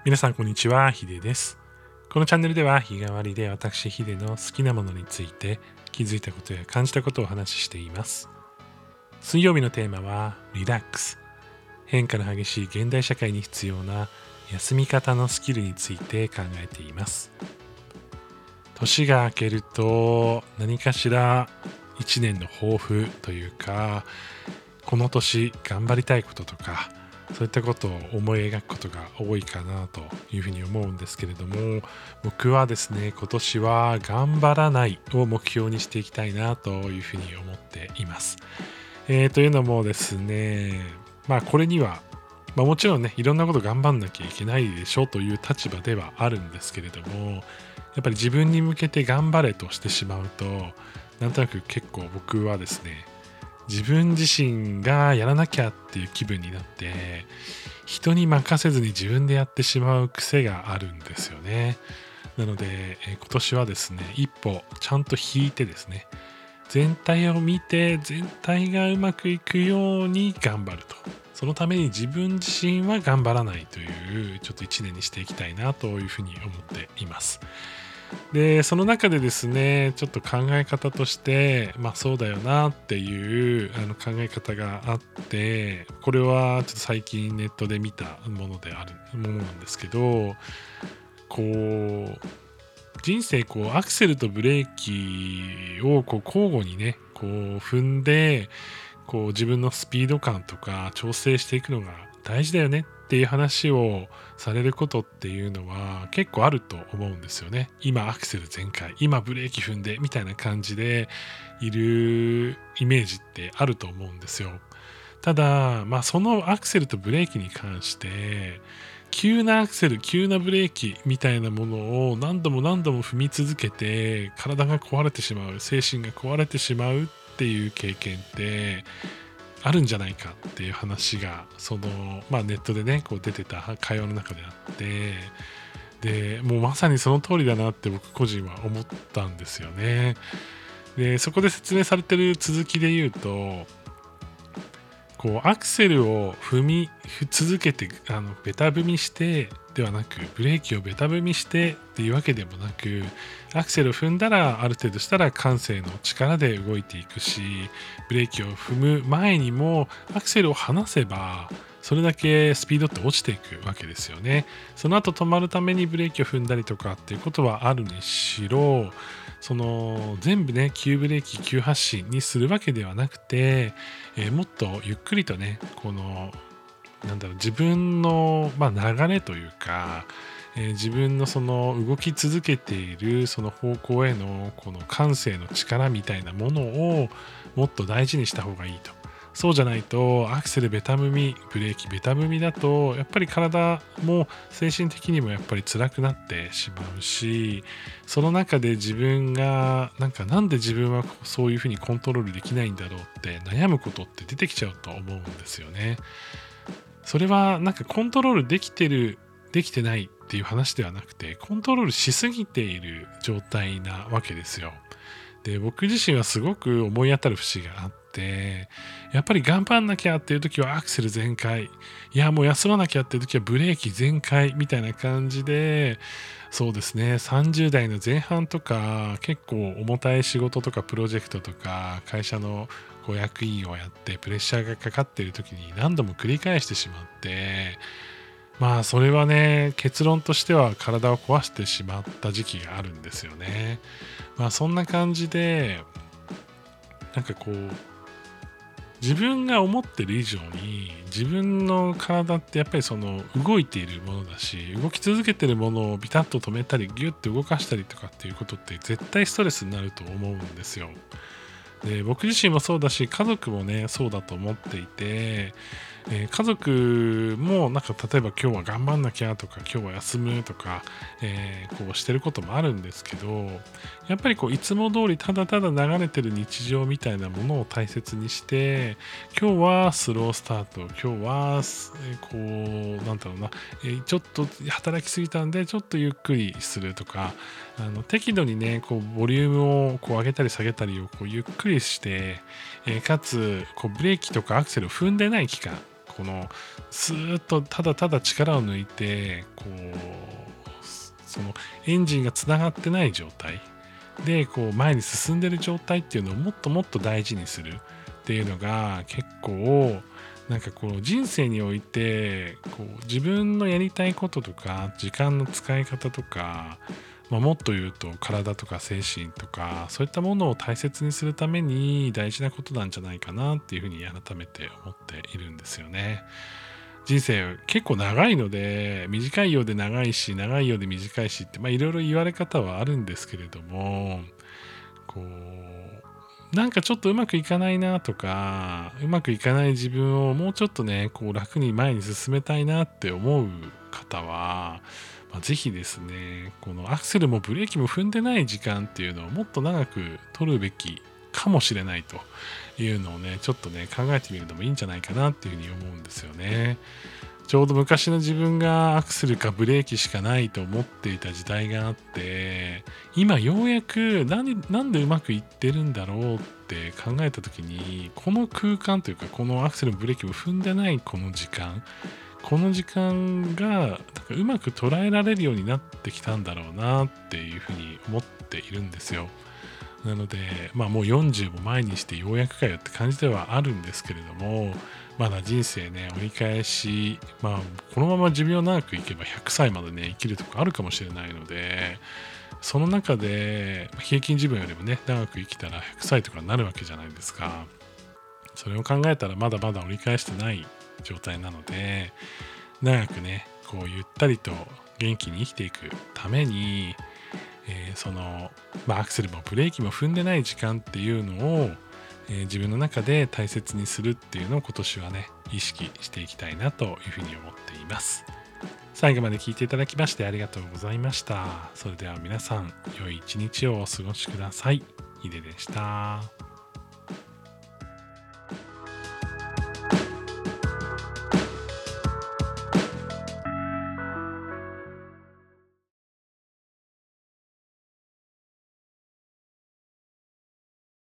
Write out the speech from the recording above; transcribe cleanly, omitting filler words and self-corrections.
皆さんこんにちは、ヒデです。このチャンネルでは日替わりで私ヒデの好きなものについて気づいたことや感じたことをお話ししています。水曜日のテーマはリラックス。変化の激しい現代社会に必要な休み方のスキルについて考えています。年が明けると何かしら一年の抱負というか、この年頑張りたいこととか、そういったことを思い描くことが多いかなというふうに思うんですけれども、僕はですね、今年は頑張らないを目標にしていきたいなというふうに思っています。というのもですね、これには、もちろんね、いろんなこと頑張んなきゃいけないでしょという立場ではあるんですけれども、やっぱり自分に向けて頑張れとしてしまうと、なんとなく結構僕はですね、自分自身がやらなきゃっていう気分になって人に任せずに自分でやってしまう癖があるんですよね。なので、今年はですね一歩ちゃんと引いてですね、全体を見て全体がうまくいくように頑張ると、そのために自分自身は頑張らないというちょっと一年にしていきたいなというふうに思っています。で、その中でですね、ちょっと考え方として、そうだよなっていう考え方があって、これはちょっと最近ネットで見たものであるものなんですけど、こう、人生アクセルとブレーキを交互にね、踏んで、自分のスピード感とか調整していくのが大事だよねっていう話をされることっていうのは結構あると思うんですよね。今アクセル全開、今ブレーキ踏んでみたいな感じでいるイメージってあると思うんですよ。ただ、そのアクセルとブレーキに関して急なアクセル、急なブレーキみたいなものを何度も何度も踏み続けて体が壊れてしまう、精神が壊れてしまうっていう経験ってあるんじゃないかっていう話がネットでね出てた会話の中であって、でもうまさにその通りだなって僕個人は思ったんですよね。でそこで説明されてる続きで言うと、アクセルを続けてベタ踏みしてではなく、ブレーキをベタ踏みしてっていうわけでもなく、アクセルを踏んだらある程度したら感性の力で動いていくし、ブレーキを踏む前にもアクセルを離せばそれだけスピードって落ちていくわけですよね。その後止まるためにブレーキを踏んだりとかっていうことはあるにしろ、全部ね急ブレーキ急発進にするわけではなくて、もっとゆっくりとね自分の、流れというか、自分のその動き続けているその方向へのこの感性の力みたいなものをもっと大事にした方がいいと。そうじゃないとアクセルベタ踏み、ブレーキベタ踏みだとやっぱり体も精神的にもやっぱり辛くなってしまうし、その中で自分がなんで自分はそういうふうにコントロールできないんだろうって悩むことって出てきちゃうと思うんですよね。それはコントロールできてるできてないっていう話ではなくて、コントロールしすぎている状態なわけですよ。で、僕自身はすごく思い当たる節があって、やっぱり頑張んなきゃっていう時はアクセル全開、いやもう休まなきゃっていう時はブレーキ全開みたいな感じで、そうですね、30代の前半とか結構重たい仕事とかプロジェクトとか会社の役員をやってプレッシャーがかかっている時に何度も繰り返してしまって、それはね、結論としては体を壊してしまった時期があるんですよね。そんな感じで、自分が思ってる以上に自分の体ってやっぱり動いているものだし、動き続けているものをビタッと止めたりギュッと動かしたりとかっていうことって絶対ストレスになると思うんですよ。で、僕自身もそうだし家族もねそうだと思っていて、家族も例えば今日は頑張んなきゃとか今日は休むとか、してることもあるんですけど、やっぱりいつも通りただただ流れてる日常みたいなものを大切にして、今日はスロースタート、今日はちょっと働きすぎたんでちょっとゆっくりするとか、適度にねボリュームを上げたり下げたりをゆっくりして、かつブレーキとかアクセルを踏んでない期間、 このスーッとただただ力を抜いてそのエンジンがつながってない状態で前に進んでる状態っていうのをもっともっと大事にするっていうのが結構なんか人生において自分のやりたいこととか時間の使い方とか、もっと言うと体とか精神とかそういったものを大切にするために大事なことなんじゃないかなっていうふうに改めて思っているんですよね。人生結構長いので、短いようで長いし長いようで短いしっていろいろ言われ方はあるんですけれども、なんかちょっとうまくいかないなとか、うまくいかない自分をもうちょっとね楽に前に進めたいなって思う方は、ぜひですねこのアクセルもブレーキも踏んでない時間っていうのをもっと長く取るべきかもしれないというのをねちょっとね考えてみるのもいいんじゃないかなっていうふうに思うんですよね。ちょうど昔の自分がアクセルかブレーキしかないと思っていた時代があって、今ようやくなんでうまくいってるんだろうって考えた時に、この空間というかこのアクセルもブレーキも踏んでないこの時間がなんかうまく捉えられるようになってきたんだろうなっていうふうに思っているんですよ。なので、もう40も前にしてようやくかよって感じではあるんですけれども、まだ人生ね、折り返し、このまま寿命長くいけば100歳までね、生きるとこあるかもしれないので、その中で、平均寿命よりもね、長く生きたら100歳とかになるわけじゃないですか。それを考えたらまだまだ折り返してない状態なので、長くね、ゆったりと元気に生きていくために、アクセルもブレーキも踏んでない時間っていうのを、自分の中で大切にするっていうのを今年はね意識していきたいなというふうに思っています。最後まで聞いていただきましてありがとうございました。それでは皆さん良い一日をお過ごしください。ヒデでした。